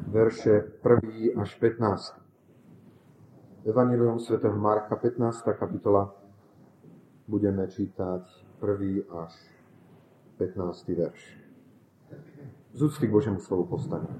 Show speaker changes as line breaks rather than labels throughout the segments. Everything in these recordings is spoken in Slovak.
verše 1. až 15. Evanjelium svätého Marka, 15. kapitola, budeme čítať 1. až 15. verš. Z úcty k Božiemu slovu postaňme.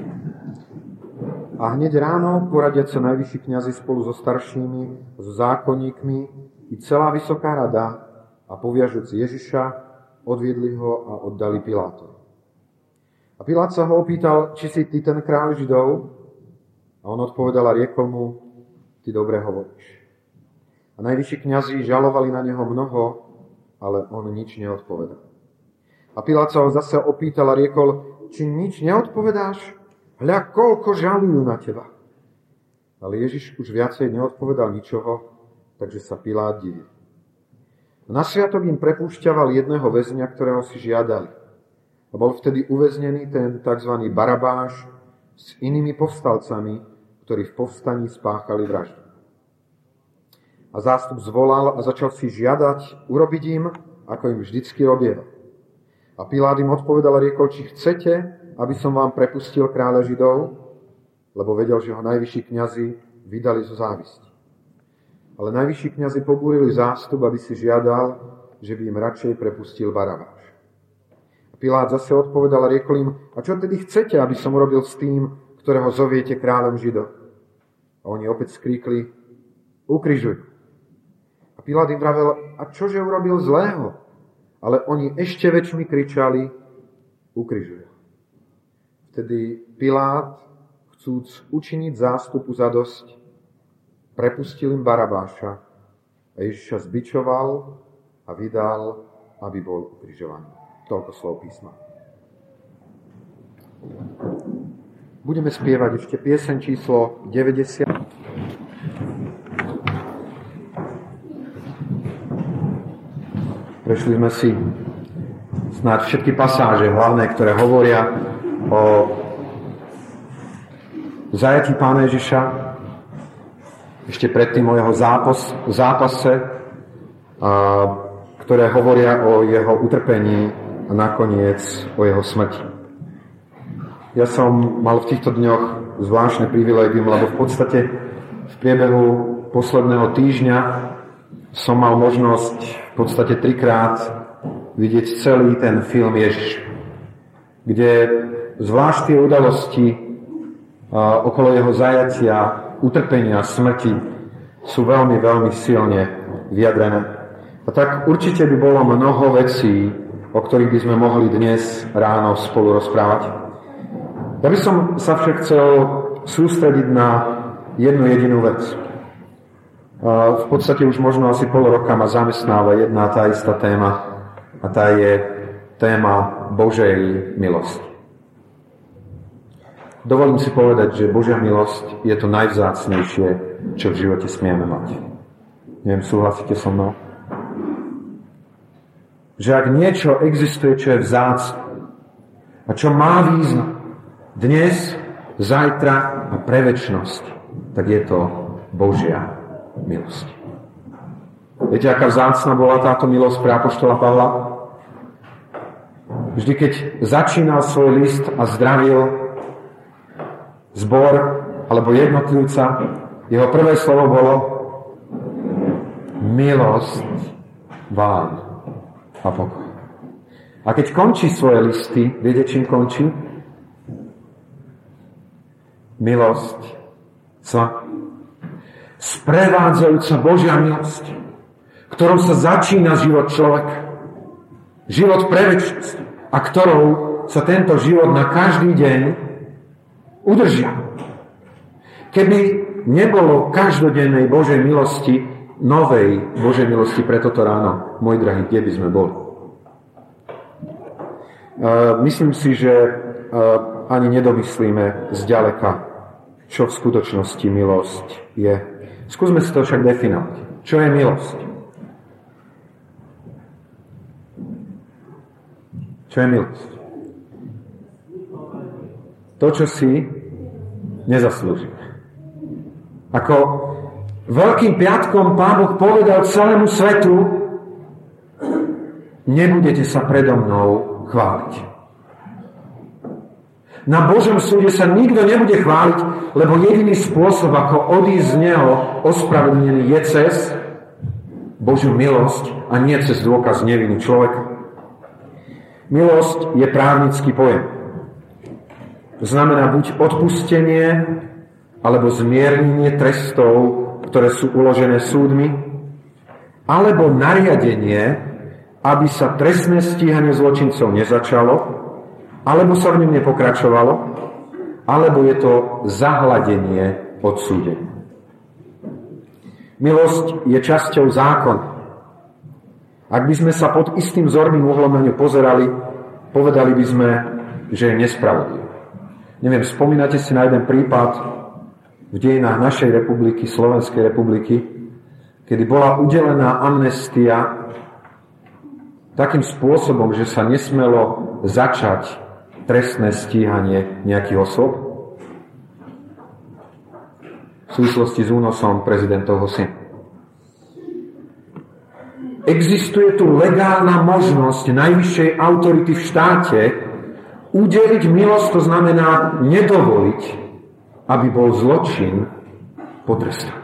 A hneď ráno, poradiac sa najvyšší kňazi spolu so staršími, so zákonníkmi i celá vysoká rada a poviažúc Ježiša, odviedli ho a oddali Pilátovi. A Pilát sa ho opýtal, či si ty ten kráľ Židov? A on odpovedal a riekol mu, ty dobre hovoríš. A najvyšší kňazi žalovali na neho mnoho, ale on nič neodpovedal. A Pilát sa ho zase opýtal a riekol, či nič neodpovedáš? Hľa, koľko žalujú na teba. Ale Ježiš už viacej neodpovedal ničoho, takže sa Pilát divil. Na sviatok im prepúšťaval jedného väzňa, ktorého si žiadali. A bol vtedy uväznený ten tzv. Barabáš s inými povstalcami, ktorí v povstaní spáchali vraždu. A zástup zvolal a začal si žiadať urobiť im, ako im vždycky robieval. A Pilát im odpovedal a riekol, či chcete, aby som vám prepustil kráľa Židov, lebo vedel, že ho najvyšší kňazi vydali zo závisti. Ale najvyšší kňazi pobúrili zástup, aby si žiadal, že by im radšej prepustil Barabáš. Pilát zase odpovedal a riekol im, a čo tedy chcete, aby som urobil s tým, ktorého zoviete kráľom Židov? A oni opäť skríkli, ukrižuj. A Pilát im vravel, a čože urobil zlého? Ale oni ešte väčšmi kričali, ukrižuj. Vtedy Pilát, chcúc učiniť zástupu zadosť, prepustil im Barabáša a Ježiša zbičoval a vydal, aby bol ukrižovaný. Toľko slov písma. Budeme spievať ešte pieseň číslo 90. Prešli sme si snáď všetky pasáže hlavné, ktoré hovoria o zajatí Pána Ježiša, ešte predtým o jeho zápase, ktoré hovoria o jeho utrpení a nakoniec o jeho smrti. Ja som mal v týchto dňoch zvláštne privilégium, lebo v podstate v priebehu posledného týždňa som mal možnosť v podstate 3-krát vidieť celý ten film Ježiš, kde zvlášť tie udalosti okolo jeho zajatia, utrpenia, smrti sú veľmi, veľmi silne vyjadrené. A tak určite by bolo mnoho vecí, o ktorých by sme mohli dnes ráno spolu rozprávať. Ja by som sa však chcel sústrediť na jednu jedinú vec. V podstate už možno asi pol roka ma zamestnáva jedna tá istá téma a tá je téma Božej milosti. Dovolím si povedať, že Božia milosť je to najvzácnejšie, čo v živote smieme mať. Neviem, súhlasíte so mnou? Že ak niečo existuje, čo je vzácne a čo má význam dnes, zajtra a pre večnosť, tak je to Božia milosť. Viete, aká vzácna bola táto milosť pre apoštola Pavla? Vždy, keď začínal svoj list a zdravil zbor alebo jednotlivca, jeho prvé slovo bolo milosť vám a pokoj. A keď končí svoje listy, viete, čím končí? Milosť sa sprevádzajúca Božia milosť, ktorou sa začína život človeka. Život pre večnosť, a ktorou sa tento život na každý deň udržia. Keby nebolo každodennej Božej milosti, novej Božej milosti pre toto ráno, môj drahý, kde by sme boli? Myslím si, že ani nedomyslíme zďaleka, čo v skutočnosti milosť je. Skúsme si to však definovať. Čo je milosť? Čo je milosť? To, čo si nezaslúžime. Ako Veľkým piatkom Pán Boh povedal celému svetu: nebudete sa predo mnou chváliť. Na Božom súde sa nikto nebude chváliť, lebo jediný spôsob, ako odísť z neho ospravedlnený, je cez Božiu milosť a nie cez dôkaz neviny človeka. Milosť je právnický pojem. Znamená buď odpustenie, alebo zmiernenie trestov, ktoré sú uložené súdmi, alebo nariadenie, aby sa trestné stíhanie zločincov nezačalo, alebo sa v ňom nepokračovalo, alebo je to zahladenie odsúdenia. Milosť je časťou zákona. Ak by sme sa pod istým zorným uhlom na ňu pozerali, povedali by sme, že je nespravodlivá. Neviem, spomínate si na jeden prípad v dejinách našej republiky, Slovenskej republiky, kedy bola udelená amnestia takým spôsobom, že sa nesmelo začať trestné stíhanie nejakých osôb v súvislosti s únosom prezidentovho syna. Existuje tu legálna možnosť najvyššej autority v štáte udeliť milosť, to znamená nedovoliť, aby bol zločin potrestaný.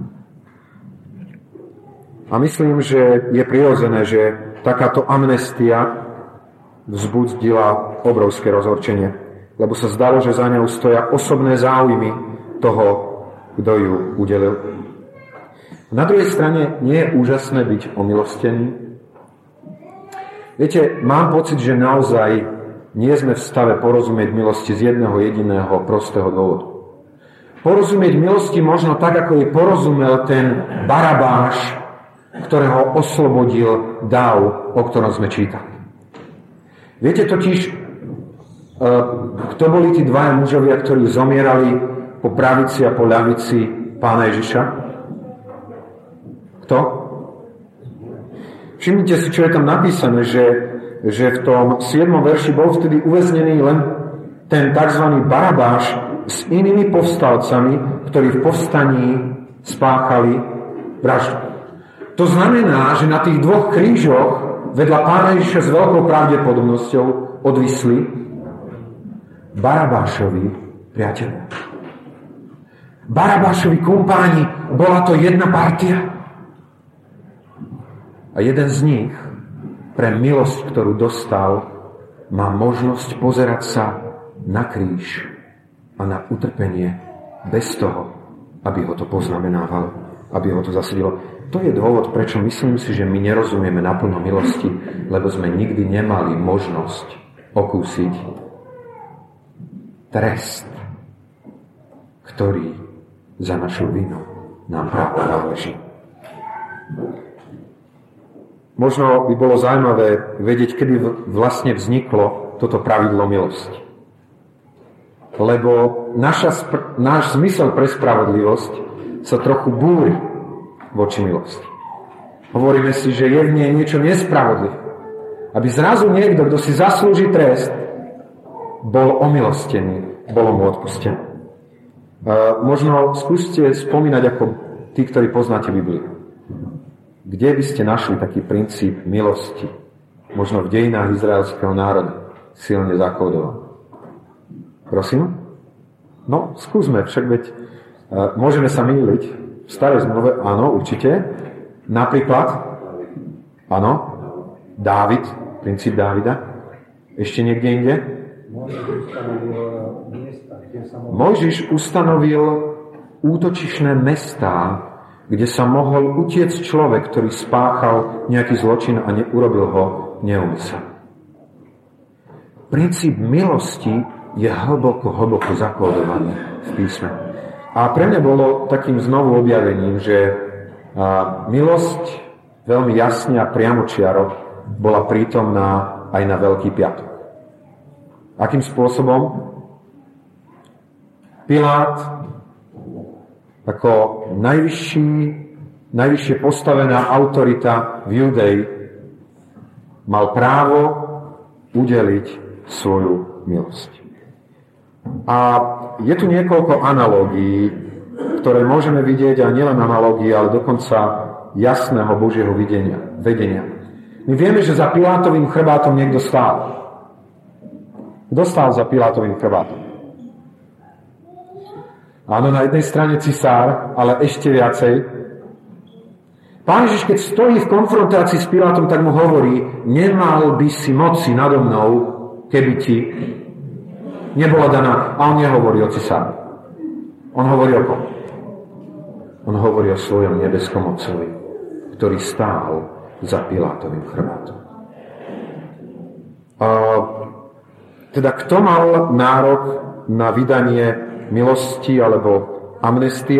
A myslím, že je prirodzené, že takáto amnestia vzbudzila obrovské rozhorčenie, lebo sa zdalo, že za ňou stoja osobné záujmy toho, kto ju udelil. Na druhej strane nie je úžasné byť omilostený. Viete, mám pocit, že naozaj nie sme v stave porozumieť milosti z jedného jediného prostého dôvodu. Porozumieť milosti možno tak, ako jej porozumel ten Barabáš, ktorého oslobodil dáv, o ktorom sme čítali. Viete totiž, kto boli tí dvaja mužovia, ktorí zomierali po pravici a po ľavici Pána Ježiša? Kto? Všimnite si, čo je tam napísané, že v tom 7. verši bol vtedy uväznený len ten tzv. Barabáš s inými povstalcami, ktorí v povstaní spáchali vraždu. To znamená, že na tých dvoch krížoch vedľa Pána Ježiša s veľkou pravdepodobnosťou odvisli Barabášovi priatelia. Barabášovi kumpáni, bola to jedna partia. A jeden z nich pre milosť, ktorú dostal, má možnosť pozerať sa na kríž a na utrpenie bez toho, aby ho to poznamenávalo, aby ho to zasedilo. To je dôvod, prečo myslím si, že my nerozumieme naplno milosti, lebo sme nikdy nemali možnosť okúsiť trest, ktorý za našu vinu nám práve náleží. Možno by bolo zaujímavé vedieť, kedy vlastne vzniklo toto pravidlo milosti. Lebo náš zmysel pre spravodlivosť sa trochu búri voči milosti. Hovoríme si, že je v nej niečo nespravodlivé. Aby zrazu niekto, kto si zaslúži trest, bol omilostený, bolo mu odpustené. Možno skúste spomínať ako tí, ktorí poznáte Bibliu. Kde by ste našli taký princíp milosti? Možno v dejinách izraelského národa silne zakódovaný. Prosím? No, skúsme, však veď môžeme sa mýliť. V starej zmluve, áno, určite. Napríklad, áno, Dávid, princíp Dávida. Ešte niekde inde? Mojžiš ustanovil útočišné mestá, kde sa mohol utiecť človek, ktorý spáchal nejaký zločin a urobil ho neúmyselne. Princíp milosti je hlboko zakódovaný v písme. A pre mňa bolo takým znovu objavením, že milosť veľmi jasne a priamočiaro bola prítomná aj na Veľký piatok. Akým spôsobom? Pilát ako najvyššie postavená autorita v Judei mal právo udeliť svoju milosť. A je tu niekoľko analógií, ktoré môžeme vidieť, a nielen analógie, ale dokonca jasného Božieho vedenia. My vieme, že za Pilátovým chrbátom niekto stál. Kto stál za Pilátovým chrbátom? Áno, na jednej strane cisár, ale ešte viacej. Pán Ježiš, keď stojí v konfrontácii s Pilátom, tak mu hovorí, nemal by si moci nado mnou, keby ti nebola daná. A on nehovorí o cisári. On hovorí o kom? On hovorí o svojom nebeskom otcovi, ktorý stál za Pilátovým chrbátom. Teda kto mal nárok na vydanie milosti alebo amnestie?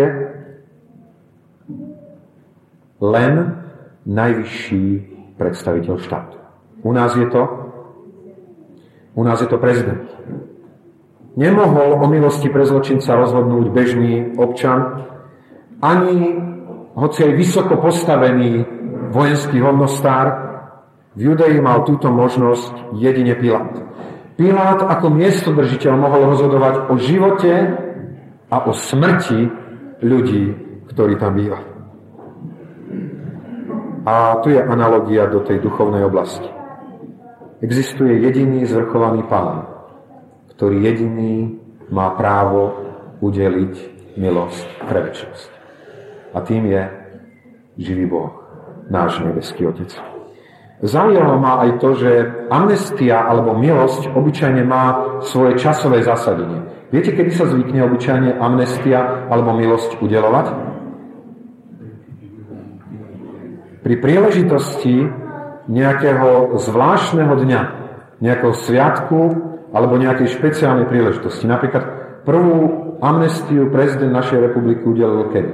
Len najvyšší predstaviteľ štátu. U nás je to prezident. Nemohol o milosti pre zločinca rozhodnúť bežný občan, ani hoci aj vysoko postavený vojenský hodnostár. V Judei mal túto možnosť jedine Pilát. Pilát ako miestodržiteľ mohol rozhodovať o živote a o smrti ľudí, ktorí tam bývali. A tu je analogia do tej duchovnej oblasti. Existuje jediný zvrchovaný Pán, ktorý jediný má právo udeliť milosť pre večnosť. A tým je živý Boh, náš nebeský Otec. Zaujímavé má aj to, že amnestia alebo milosť obyčajne má svoje časové zasadenie. Viete, kedy sa zvykne obyčajne amnestia alebo milosť udeľovať? Pri príležitosti nejakého zvláštneho dňa, nejakého sviatku alebo nejakej špeciálnej príležitosti. Napríklad prvú amnestiu prezident našej republiky udelil kedy?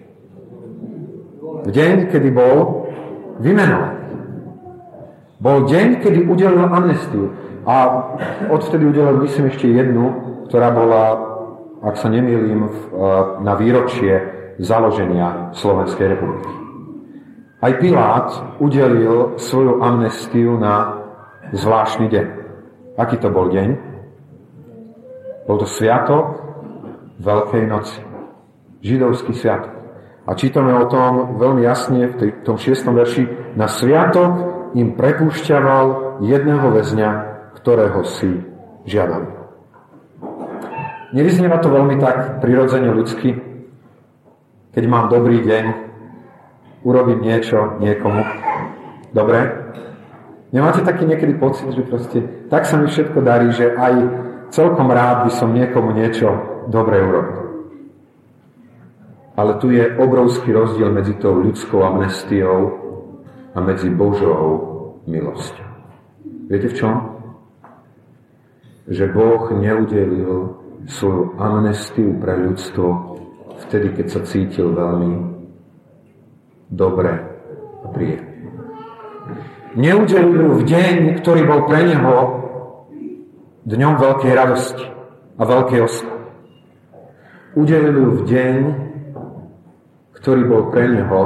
V deň, kedy bol vymenovaný. Bol deň, kedy udelil amnestiu. A odvtedy udelil, myslím, ešte jednu, ktorá bola, ak sa nemýlim, na výročie založenia Slovenskej republiky. Aj Pilát udelil svoju amnestiu na zvláštny deň. Aký to bol deň? Bol to sviatok Veľkej noci. Židovský sviatok. A čítame o tom veľmi jasne v tom 6. verši. Na sviatok im prepúšťaval jedného väzňa, ktorého si žiadali. Nevyznieva to veľmi tak prirodzene ľudsky, keď mám dobrý deň, urobiť niečo niekomu. Dobre? Nemáte taký niekedy pocit, že proste tak sa mi všetko darí, že aj celkom rád by som niekomu niečo dobre urobil. Ale tu je obrovský rozdiel medzi tou ľudskou amnestiou a medzi Božou milosťou. Viete v čom? Že Boh neudelil svoju amnestiu pre ľudstvo vtedy, keď sa cítil veľmi dobre a príjemne. Neudelil ju v deň, ktorý bol pre neho dňom veľkej radosti a veľkej oslavy. Udelil ju v deň, ktorý bol pre neho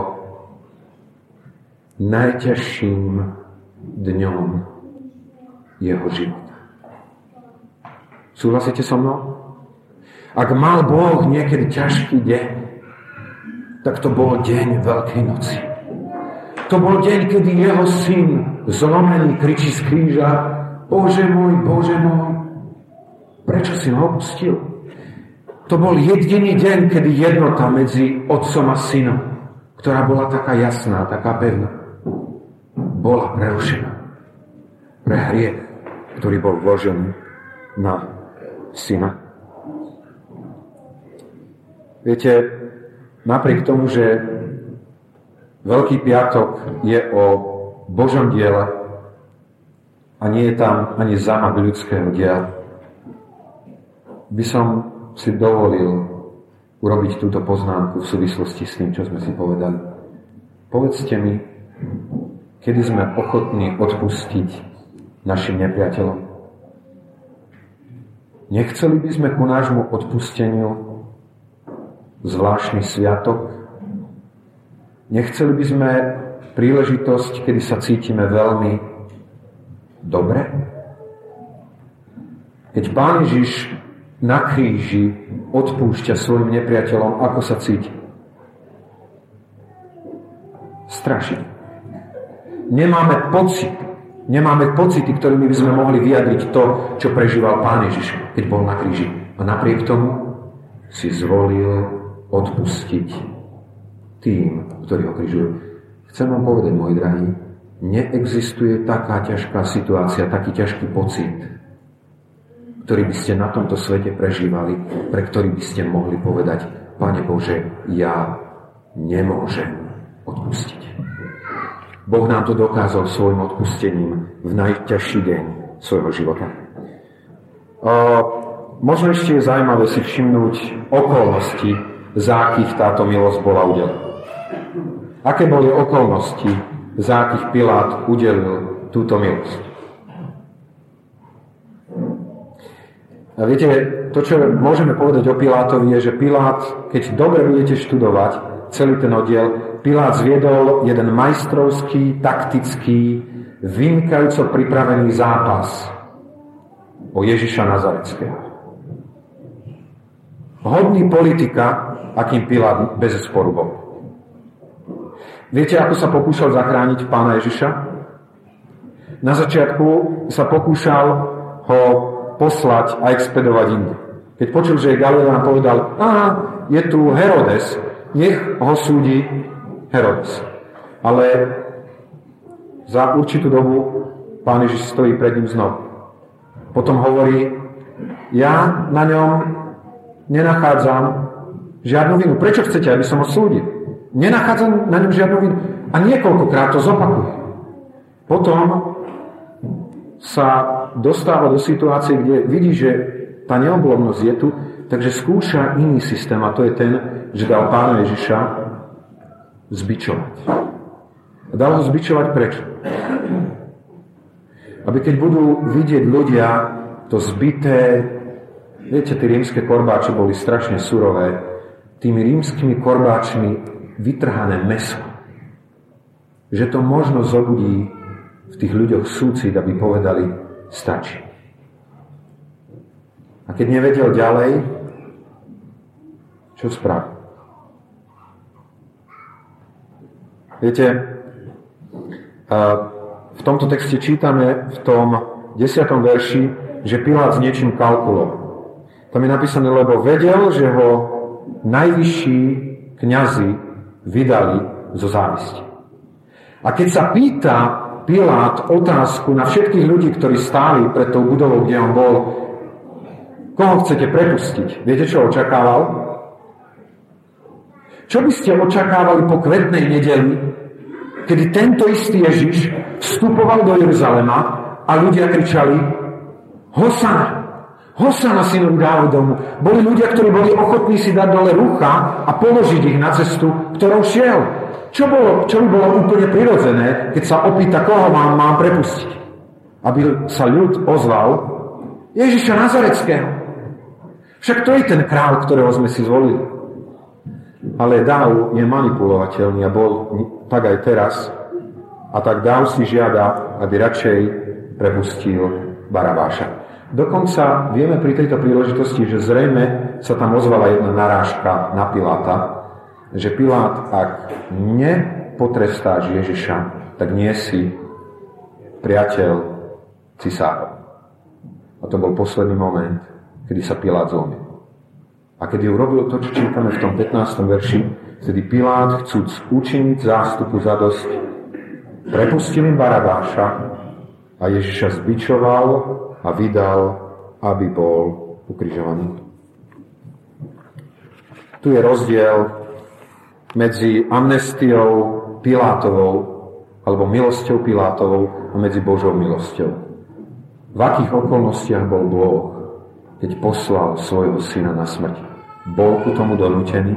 najťažším dňom jeho života. Súhlasíte so mnou? Ak mal Boh niekedy ťažký deň, tak to bol deň Veľkej noci. To bol deň, kedy jeho syn zlomený kričí z kríža: Bože môj, prečo si ho opustil? To bol jediný deň, kedy jednota medzi otcom a synom, ktorá bola taká jasná, taká pevná, bola prerušená pre hriech, ktorý bol vložený na syna. Viete, napriek tomu, že Veľký piatok je o Božom diele a nie je tam ani zámak ľudského diela, by som si dovolil urobiť túto poznámku v súvislosti s tým, čo sme si povedali. Povedzte mi, kedy sme ochotní odpustiť našim nepriateľom. Nechceli by sme ku nášmu odpusteniu zvláštny sviatok? Nechceli by sme príležitosť, kedy sa cítime veľmi dobre? Keď Pán Ježiš na kríži odpúšťa svojim nepriateľom, ako sa cíti? Strašne. Nemáme pocit, Nemáme pocity, ktorými by sme mohli vyjadriť to, čo prežíval Pán Ježiš, keď bol na kríži. A napriek tomu si zvolil odpustiť tým, ktorí ho križujú. Chcem vám povedať, môj drahý, neexistuje taká ťažká situácia, taký ťažký pocit, ktorý by ste na tomto svete prežívali, pre ktorý by ste mohli povedať: Pane Bože, ja nemôžem odpustiť. Boh nám to dokázal svojim odpustením v najťažší deň svojho života. Možno ešte je zaujímavé si všimnúť okolnosti, za akých táto milosť bola udelená. Aké boli okolnosti, za akých Pilát udelil túto milosť? A viete, to, čo môžeme povedať o Pilátovi, je, že Pilát, keď dobre budete študovať celý ten oddiel, Pilát zviedol jeden majstrovský, taktický, vynikajúco pripravený zápas o Ježiša Nazareckého. Hodný politika, akým Pilát bez sporu bol. Viete, ako sa pokúšal zachrániť Pána Ježiša? Na začiatku sa pokúšal ho poslať a expedovať inde. Keď počul, že je Galileán, povedal: je tu Herodes, nech ho súdi Herodes. Ale za určitú dobu Pán Ježiš stojí pred ním znovu. Potom hovorí: ja na ňom nenachádzam žiadnu vinu. Prečo chcete, aby som ho súdil? Nenachádzam na ňom žiadnu vinu. A niekoľkokrát to zopakuje. Potom sa dostáva do situácie, kde vidí, že tá neoblomnosť je tu, takže skúša iný systém, a to je ten, že dal Pána Ježiša zbičovať. A dal ho zbičovať prečo? Aby keď budú vidieť ľudia to zbité, viete, tie rímske korbáče boli strašne surové, tými rímskymi korbáčmi vytrhané mäso, že to možno zobudí v tých ľuďoch súcit, aby povedali: stačí. A keď nevedel ďalej, čo spravil? Viete, v tomto texte čítame v tom 10. verši, že Pilát s niečím kalkuloval. Tam je napísané: lebo vedel, že ho najvyšší kňazi vydali zo závisti. A keď sa pýta Pilát otázku na všetkých ľudí, ktorí stáli pred tou budovou, kde on bol: koho chcete prepustiť? Viete, čo očakával? Čo by ste očakávali po kvetnej nedeli, kedy tento istý Ježiš vstupoval do Jeruzalema a ľudia kričali: Hosana! Hosana synovi Dávidovmu. Boli ľudia, ktorí boli ochotní si dať dole rucha a položiť ich na cestu, ktorou šiel. Čo by bolo úplne prirodzené, keď sa opýta, koho mám prepustiť? Aby sa ľud ozval: Ježiša Nazareckého. Však to je ten kráľ, ktorého sme si zvolili. Ale dáv je manipulovateľný a bol tak aj teraz. A tak dáv si žiada, aby radšej prepustil Barabáša. Dokonca vieme pri tejto príležitosti, že zrejme sa tam ozvala jedna narážka na Piláta, že Pilát, ak nepotrestáš Ježiša, tak nie si priateľ cisára. A to bol posledný moment, kedy sa Pilát zlomil. A keď urobil to, čo čítame v tom 15. verši, vtedy Pilát, chcúc učiniť zástupu zadosť, prepustil im Barabáša a Ježiša zbičoval a vydal, aby bol ukrižovaný. Tu je rozdiel medzi amnestiou Pilátovou alebo milosťou Pilátovou a medzi Božou milosťou. V akých okolnostiach bol Boh, keď poslal svojho syna na smrť? Bol ku tomu donútený?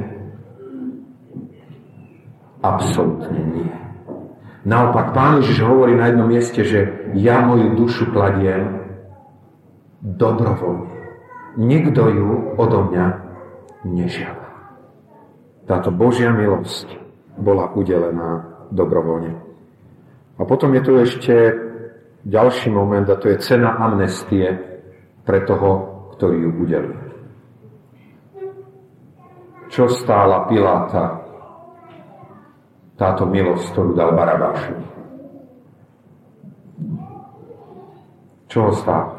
Absolútne nie. Naopak, Pán Ježiš hovorí na jednom mieste, že ja moju dušu kladiem dobrovoľne. Nikto ju odo mňa nežiada. Táto Božia milosť bola udelená dobrovoľne. A potom je tu ešte ďalší moment, a to je cena amnestie pre toho, ktorý ju udelil. Čo stála Piláta táto milosť, ktorú dal Barabášovi? Čo ho stálo?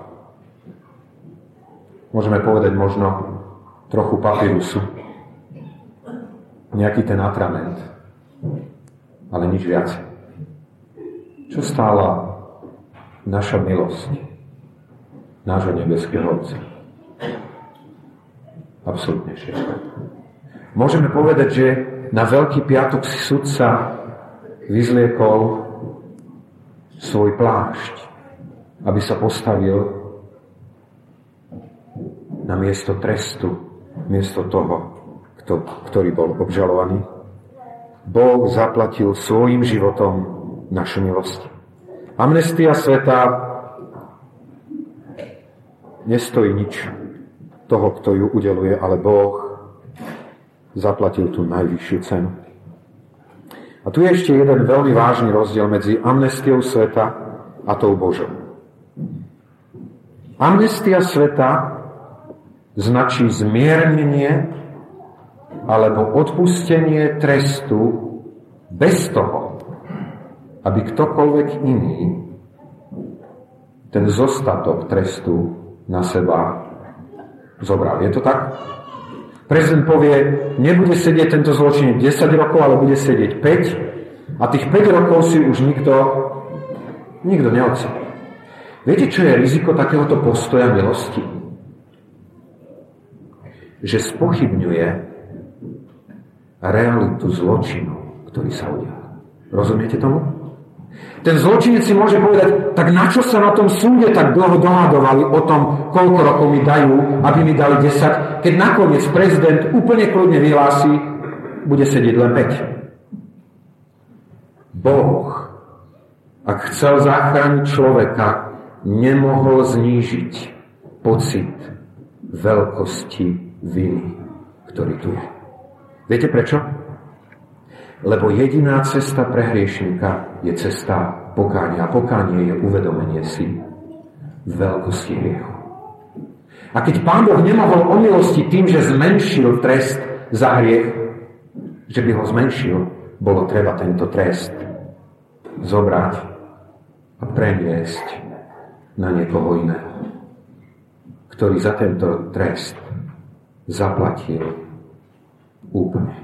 Môžeme povedať možno trochu papírusu, nejaký ten atrament, ale nič viac. Čo stála naša milosť nášho nebeského Otca? Absolútne všetko. Môžeme povedať, že na Veľký piatok si sudca vyzliekol svoj plášť, aby sa postavil na miesto trestu, miesto toho, ktorý bol obžalovaný. Boh zaplatil svojim životom našu milosť. Amnestia sveta nestojí nič toho, kto ju udeluje, ale Boh zaplatil tú najvyššiu cenu. A tu je ešte jeden veľmi vážny rozdiel medzi amnestiou sveta a tou Božou. Amnestia sveta značí zmiernenie alebo odpustenie trestu bez toho, aby ktokoľvek iný ten zostatok trestu na seba zobral. Je to tak? Prezident povie, nebude sedieť tento zločinec 10 rokov, ale bude sedieť 5 a tých 5 rokov si už nikto neodcení. Viete, čo je riziko takéhoto postoja milosti? Že spochybňuje realitu zločinu, ktorý sa udial. Rozumiete tomu? Ten zločinec si môže povedať, tak na čo sa na tom súde tak dlho dohadovali o tom, koľko rokov mi dajú, aby mi dali 10, keď nakoniec prezident úplne kľudne vyhlási, bude sedieť len 5. Boh, ak chcel zachrániť človeka, nemohol znížiť pocit veľkosti viny, ktorý tu je. Viete prečo? Lebo jediná cesta pre hriešnika je cesta pokánia. A pokánie je uvedomenie si veľkosti hriechu. A keď Pán Boh nemohol omilostiť tým, že zmenšil trest za hriech, že by ho zmenšil, bolo treba tento trest zobrať a preniesť na niekoho iného, ktorý za tento trest zaplatil úplne.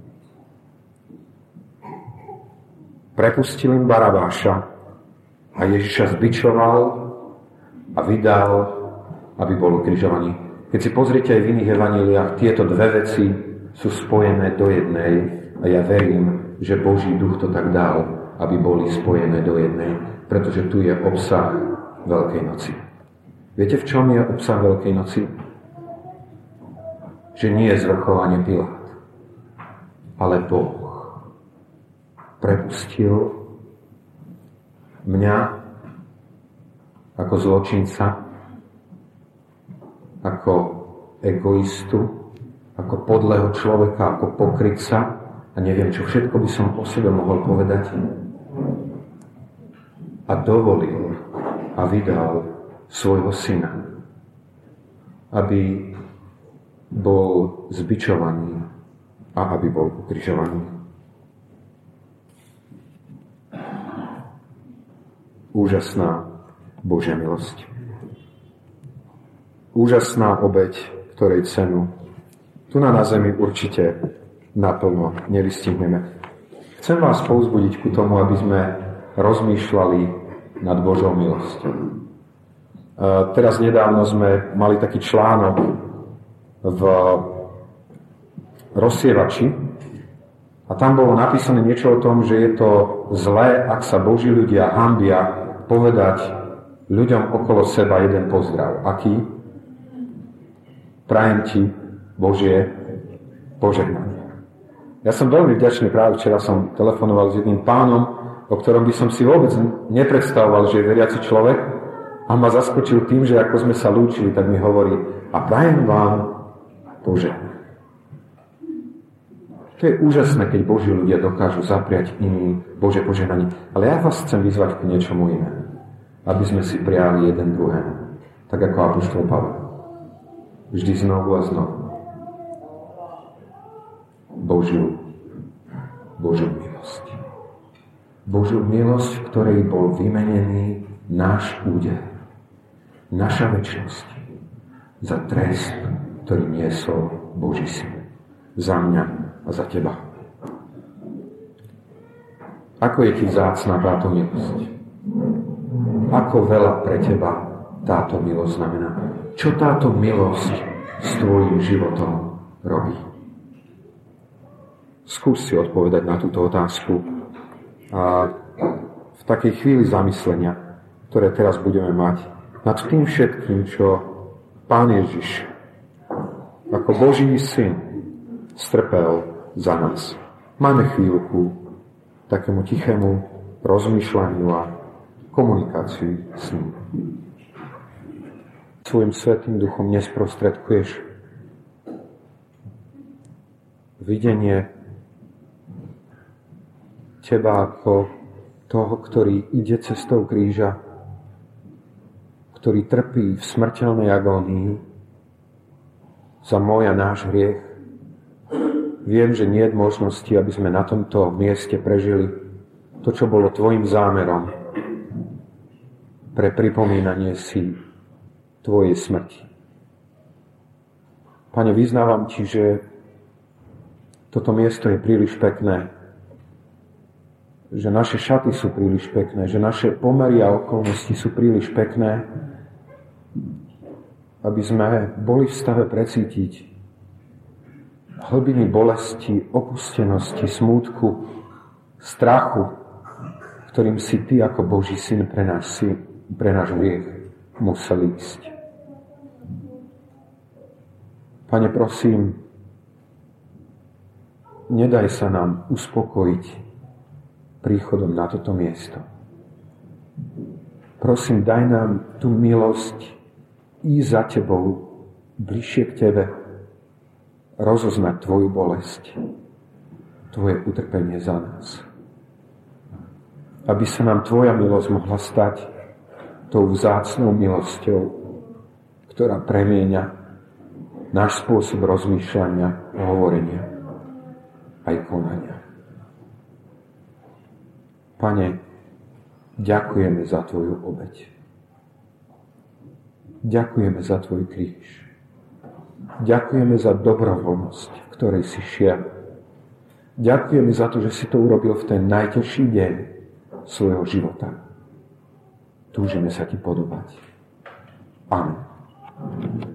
Prepustil im Barabáša a Ježiša zbičoval a vydal, aby bol ukrižovaný. Keď si pozriete aj v iných evaníliách, tieto dve veci sú spojené do jednej a ja verím, že Boží duch to tak dal, aby boli spojené do jednej, pretože tu je obsah Veľkej noci. Viete, v čom je obsah Veľkej noci? Že nie je zvrchovanie Pilát, ale Boh prepustil mňa ako zločinca, ako egoistu, ako podlého človeka, ako pokrytca a neviem, čo všetko by som o sebe mohol povedať. A dovolil a vydal svojho syna, aby bol zbičovaný a aby bol ukrižovaný. Úžasná Božia milosť. Úžasná obeť, ktorej cenu tu na zemi určite naplno nevystihneme. Chcem vás povzbudiť ku tomu, aby sme rozmýšľali nad Božou milosťou. Teraz nedávno sme mali taký článok v Rozsievači a tam bolo napísané niečo o tom, že je to zlé, ak sa Boží ľudia hanbia povedať ľuďom okolo seba jeden pozdrav. Aký? Prajem ti Božie požehnanie. Ja som veľmi vďačný, práve včera som telefonoval s jedným pánom, o ktorom by som si vôbec nepredstavoval, že je veriaci človek, a ma zaskočil tým, že ako sme sa lúčili, tak mi hovorí, a prajem vám požehnanie. To je úžasné, keď Boží ľudia dokážu zapriať iným Božie požehnanie. Ale ja vás chcem vyzvať k niečomu inému. Aby sme si prijali jeden druhému. Tak ako apoštol Pavel. Vždy znovu a znovu. Božiu milosť. Božiu milosť, v ktorej bol vymenený náš údel. naša večnosť za trest, ktorý niesol Boží syn. Za mňa a za teba. Ako je ti vzácna táto milosť? Ako veľa pre teba táto milosť znamená? Čo táto milosť s tvojím životom robí? Skús si odpovedať na túto otázku a v takej chvíli zamyslenia, ktoré teraz budeme mať nad tým všetkým, čo Pán Ježiš ako Boží syn strpel za nás. Máme chvíľku takému tichému rozmýšľaniu a komunikácii s ním. Svojim Svätým Duchom nesprostredkuješ videnie teba ako toho, ktorý ide cestou kríža, ktorý trpí v smrteľnej agónii za môj a náš hriech. Viem, že nie je možnosti, aby sme na tomto mieste prežili to, čo bolo tvojim zámerom pre pripomínanie si tvojej smrti. Pane, vyznávam ti, že toto miesto je príliš pekné, že naše šaty sú príliš pekné, že naše pomery a okolnosti sú príliš pekné, aby sme boli v stave precítiť hlbiny bolesti, opustenosti, smútku, strachu, ktorým si ty ako Boží syn pre náš hriech musel ísť. Pane, prosím, nedaj sa nám uspokojiť príchodom na toto miesto. Prosím, daj nám tú milosť ísť za tebou, bližšie k tebe, rozoznať tvoju bolesť, tvoje utrpenie za nás. Aby sa nám tvoja milosť mohla stať tou vzácnou milosťou, ktorá premieňa náš spôsob rozmýšľania, hovorenia aj konania. Pane, ďakujeme za tvoju obeť. Ďakujeme za tvoj kríž. Ďakujeme za dobrovoľnosť, v ktorej si šiel. Ďakujeme za to, že si to urobil v ten najťažší deň svojho života. Túžime sa ti podobať. Amen.